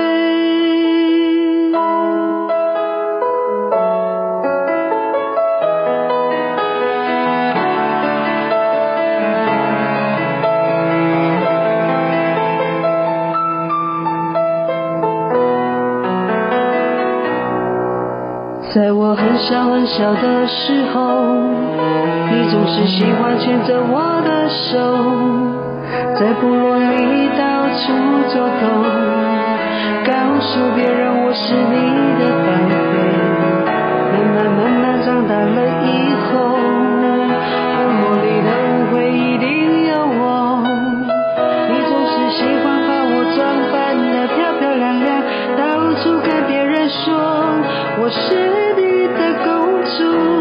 在我很小很小的时候，你总是喜欢牵着我的手，在部落里到处走动，告诉别人我是你的宝贝。慢慢慢慢长大了以后，部落里的舞会一定有我，你总是喜欢把我装扮得漂漂亮亮，到处跟别人说我是你的公主。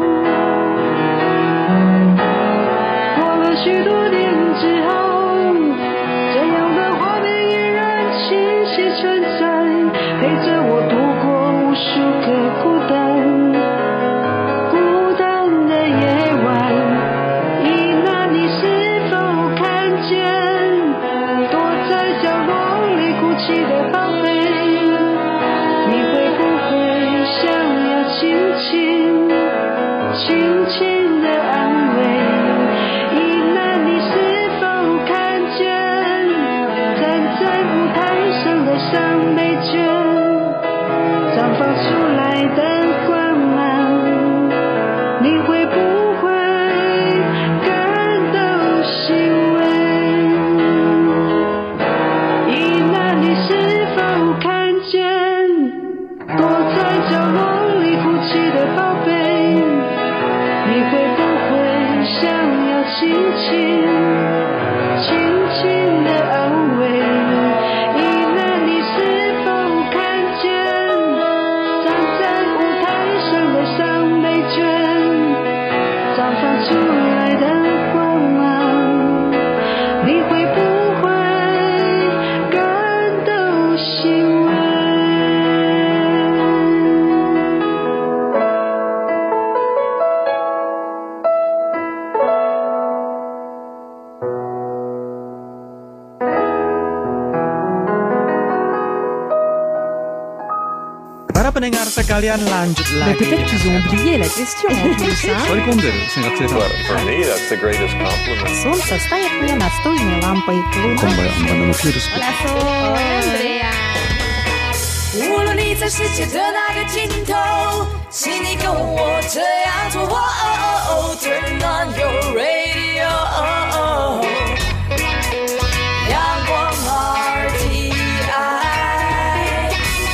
过了许多年之后，这样的画面依然清晰存在，陪着我度过无数个孤单孤单的夜晚。咦，那你是否看见躲在角落里哭泣的宝贝？你会不会想要轻轻轻轻地安慰？咦，那你是否看见站在舞台上的尚美娟绽放出来的光芒？你会不会感到欣慰？咦，那你是否看见躲在角落里哭泣的宝贝？你会不会想 Para pendengar sekalian, lanjut Mais lagi. peut-être qu'ils ont oublié la question en plus, hein. Секунды, 생각해서. But for me, that's the greatest compliment. Солнце стоит мне настольной лампой. Луна 今晩はのピューロス。 无论你在世界的哪个尽头，请你跟我这样做。哦哦哦 Turn on your radio， 阳光 R T I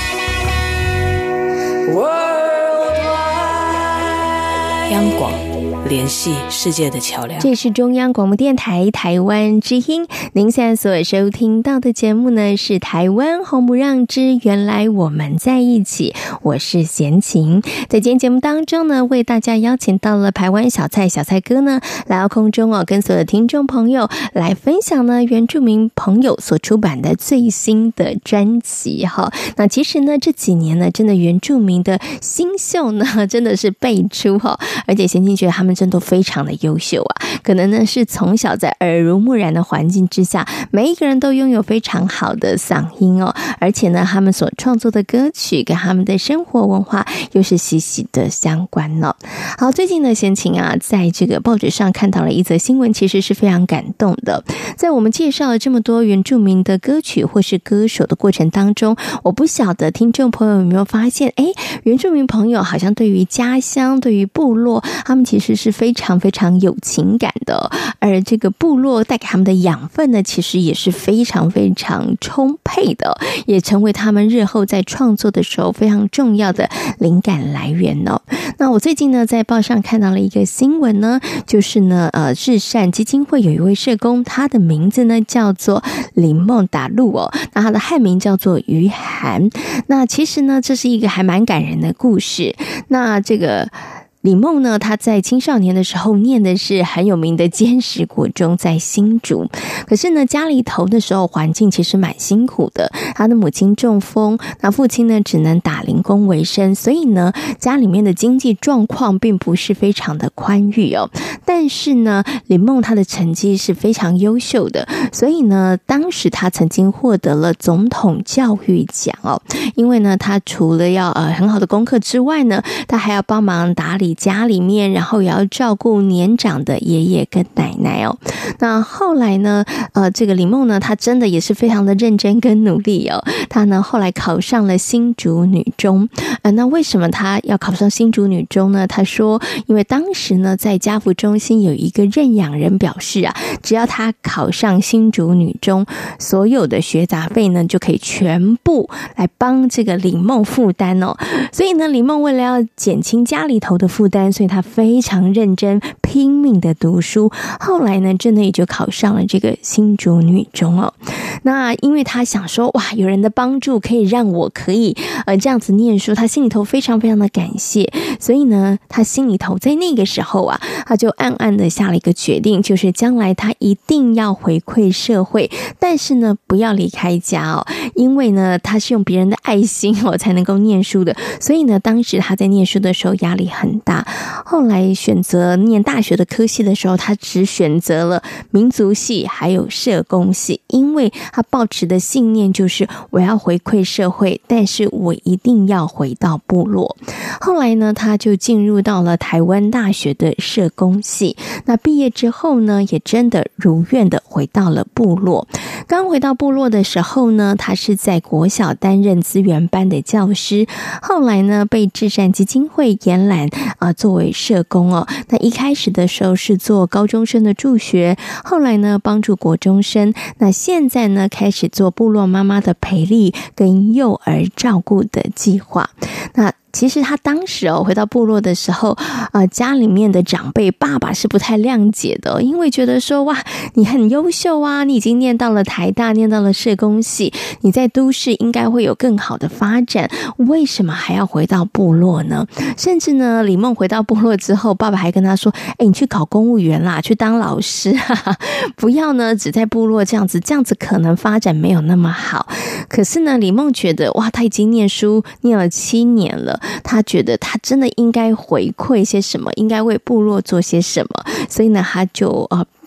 Worldwide， 央广联系世界的桥梁。 这是中央广播电台台湾之音，您现在所收听到的节目呢是台湾红不让之原来我们在一起，我是贤琴。在今天节目当中呢，为大家邀请到了台湾小蔡小蔡哥呢来到空中哦，跟所有的听众朋友来分享呢原住民朋友所出版的最新的专辑哈。那其实呢这几年呢，真的原住民的新秀呢真的是辈出哈，而且贤琴觉得他们真的都非常的优秀啊，可能呢是从小在耳濡目染的环境之下，每一个人都拥有非常好的嗓音哦，而且呢他们所创作的歌曲跟他们的生活文化又是息息的相关哦。好，最近呢贤琴啊在这个报纸上看到了一则新闻，其实是非常感动的。在我们介绍了这么多原住民的歌曲或是歌手的过程当中，我不晓得听众朋友有没有发现，诶，原住民朋友好像对于家乡对于部落他们其实是非常非常有情感的，而这个部落带给他们的养分呢，其实也是非常非常充沛的，也成为他们日后在创作的时候非常重要的灵感来源哦。那我最近呢在报上看到了一个新闻呢，就是呢呃至善基金会有一位社工，他的名字呢叫做林梦达路哦，那他的汉名叫做于涵。那其实呢这是一个还蛮感人的故事。那这个李梦呢，他在青少年的时候念的是很有名的坚实国中，在新竹。可是呢，家里头的时候环境其实蛮辛苦的。他的母亲中风，那父亲呢只能打零工为生，所以呢，家里面的经济状况并不是非常的宽裕哦。但是呢，李梦他的成绩是非常优秀的，所以呢，当时他曾经获得了总统教育奖哦。因为呢，他除了要呃很好的功课之外呢，他还要帮忙打理家里面，然后也要照顾年长的爷爷跟奶奶哦。那后来呢，呃，这个李梦呢，她真的也是非常的认真跟努力哦。她呢后来考上了新竹女中，呃，那为什么她要考上新竹女中呢？她说，因为当时呢，在家福中心有一个认养人表示啊，只要她考上新竹女中，所有的学杂费呢就可以全部来帮这个李梦负担哦。所以呢，李梦为了要减轻家里头的负担，所以她非常认真拼命的读书，后来呢真的也就考上了这个新竹女中哦。那因为她想说，哇，有人的帮助可以让我可以呃这样子念书，她心里头非常非常的感谢，所以呢她心里头在那个时候啊，她就暗暗的下了一个决定，就是将来她一定要回馈社会，但是呢不要离开家哦，因为呢她是用别人的爱心哦才能够念书的，所以呢当时她在念书的时候压力很大，后来选择念大学的科系的时候，她只选择了民族系还有社工系，因为她抱持的信念就是我要回馈社会，但是我一定要回到部落。后来呢她就进入到了台湾大学的社工系，那毕业之后呢也真的如愿的回到了部落。刚回到部落的时候呢，她是在国小担任资源班的教师，后来呢被至善基金会延揽啊、呃、作为社工哦。那一开始的时候是做高中生的助学，后来呢帮助国中生，那现在呢开始做部落妈妈的培力跟幼儿照顾的计划。那其实他当时哦回到部落的时候，呃，家里面的长辈爸爸是不太谅解的、哦，因为觉得说哇，你很优秀啊，你已经念到了台大，念到了社工系，你在都市应该会有更好的发展，为什么还要回到部落呢？甚至呢，李梦回到部落之后，爸爸还跟他说：“哎，你去考公务员啦，去当老师，哈哈，不要呢只在部落这样子，这样子可能发展没有那么好。”可是呢，李梦觉得哇，他已经念书念了七年了。他觉得他真的应该回馈些什么，应该为部落做些什么，所以呢他就呃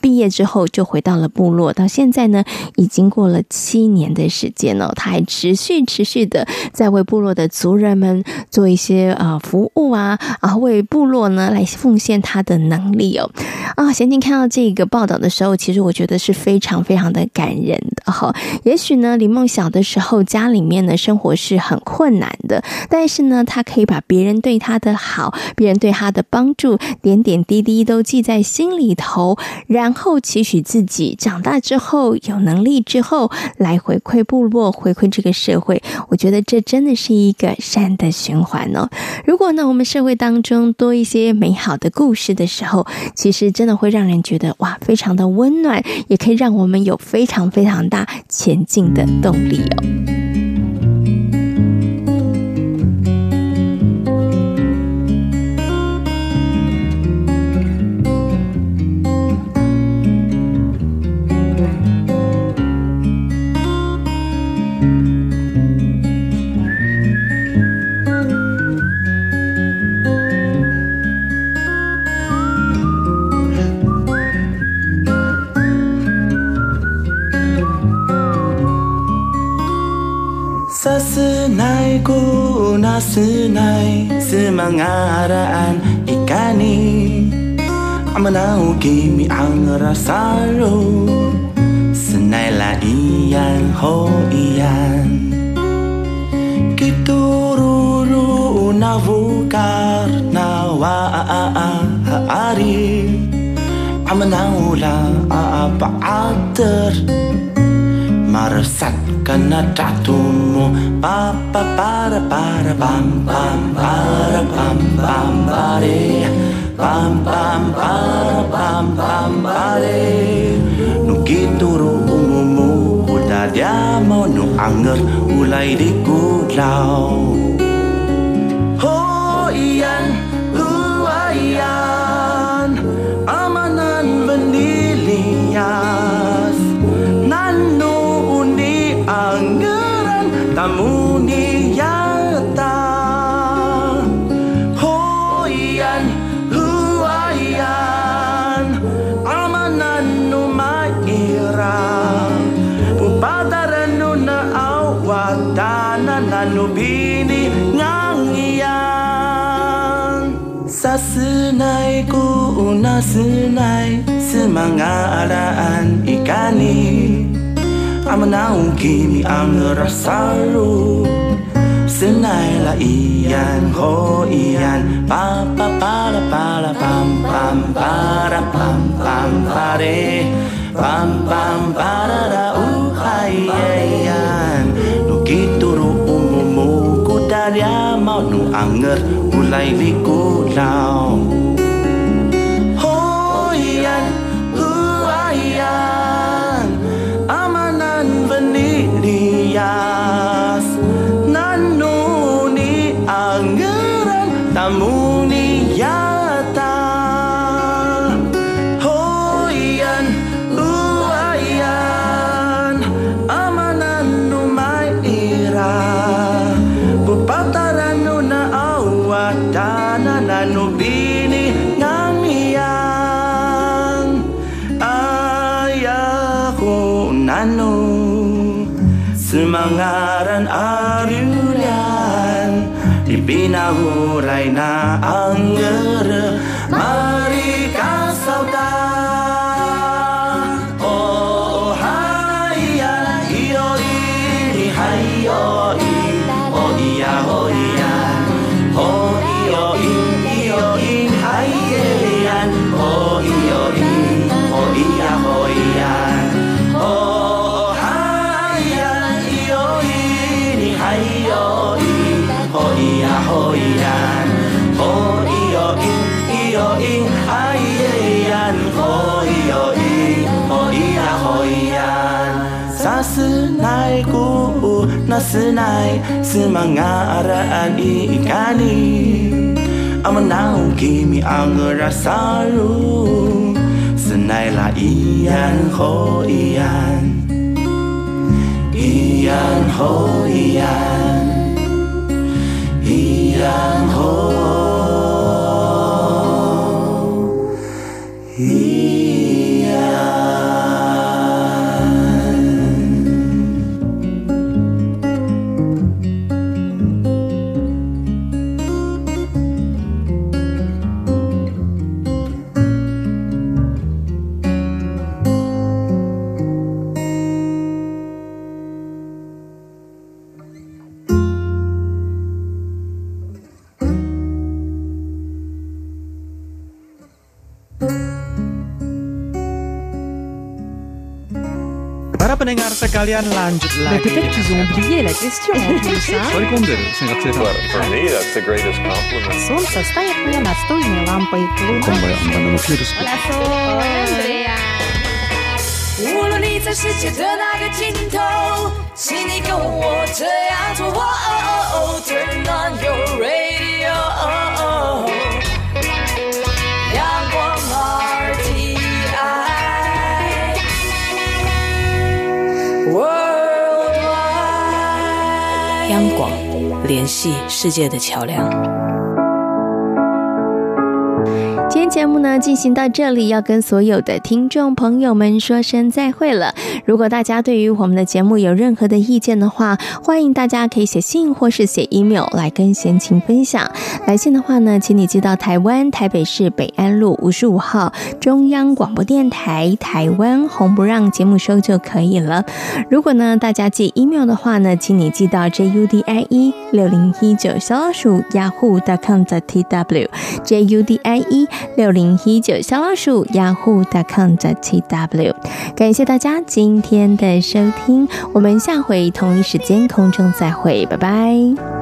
毕业之后就回到了部落，到现在呢已经过了七年的时间了，他还持续持续的在为部落的族人们做一些呃服务啊，啊为部落呢来奉献他的能力哦。啊，贤婷看到这个报道的时候，其实我觉得是非常非常的感人的哈。也许呢，李梦小的时候家里面呢生活是很困难的，但是呢，他可以把别人对他的好，别人对他的帮助，点点滴滴都记在心里头，然后期许自己长大之后有能力之后来回馈部落，回馈这个社会。我觉得这真的是一个善的循环哦。如果呢，我们社会当中多一些美好的故事的时候，其实真的会让人觉得哇，非常的温暖，也可以让我们有非常非常大前进的动力哦。 Sesenai ku nasenai semangaraan ikani amanau kimi ang rasaro senai la iyan ho iyan kitururu navukar nawa ari amanau la apaater Marasat kana tatumo pa pa para para pam pam para pam pam pare pam pam para pam pam pare nu kituro umumu uda diamo nu anger ulai di kudlau ho iyan huayan amanan benilias nanu anggaran tamuni yata hoyan huayan amanan numaira upadaran na awadana nanubini ngangiyan sasenai ku nasenai semangaraan ikani Amanau kimi ang rasaro Senai la iyan ho iyan Pa pa para para pam pam para pam pam pare Pam pam para ra uhay iyan Nu kituro umumu kudarya mau nu anger ulay likulaw Ho iyan huayan Venilias Nanuni anggaran tamuni yata Hoyan uayan amanan numaira Pupataran na awadana nanubini ngamiyan Ayahu nanu Semangaran ariulian Ipinahuray na ang ngere Mari kasauta Oh hayan Iyo-i Hayo-i Oh iya oh iyan Oh iyo-i Iyo-i Hayeyan Oh iyo-i Oh iya oh iyan Oh Hoya hoyan ho iyo in iyo in ayeyan ho iyo in ho iya hoyan sasenai ku nasenai semangaraan ikani amanau kimi ang rasaro senai la iyan ho iyan iyan ho iyan Iyan ho Iyan Para pendengar sekalian, lanjut Mais lagi. peut-être qu'ils ont oublié la question en plus, hein. Sorry,混んでる。すがついた。 But for me, that's the greatest compliment. Солнце стоит мне над стойной лампой луна. こんばんは、バンドのフィルス。 无论你在世界的哪个尽头，请你跟我这样做。哦 Turn on your radio， 阳光 R T I Worldwide， 央广联系世界的桥梁。 今天节目呢进行到这里，要跟所有的听众朋友们说声再会了。如果大家对于我们的节目有任何的意见的话，欢迎大家可以写信或是写 email 来跟贤琴分享。来信的话呢，请你寄到台湾台北市北安路五十五号中央广播电台台湾红不让节目收就可以了。如果呢大家寄 email 的话呢，请你寄到 judie 六零一九小老鼠 yahoo 点 com 的 tw judie 六零一九小老鼠 yahoo 点 com 的 tw。 感谢大家今天的收听，我们下回同一时间空中再会，拜拜。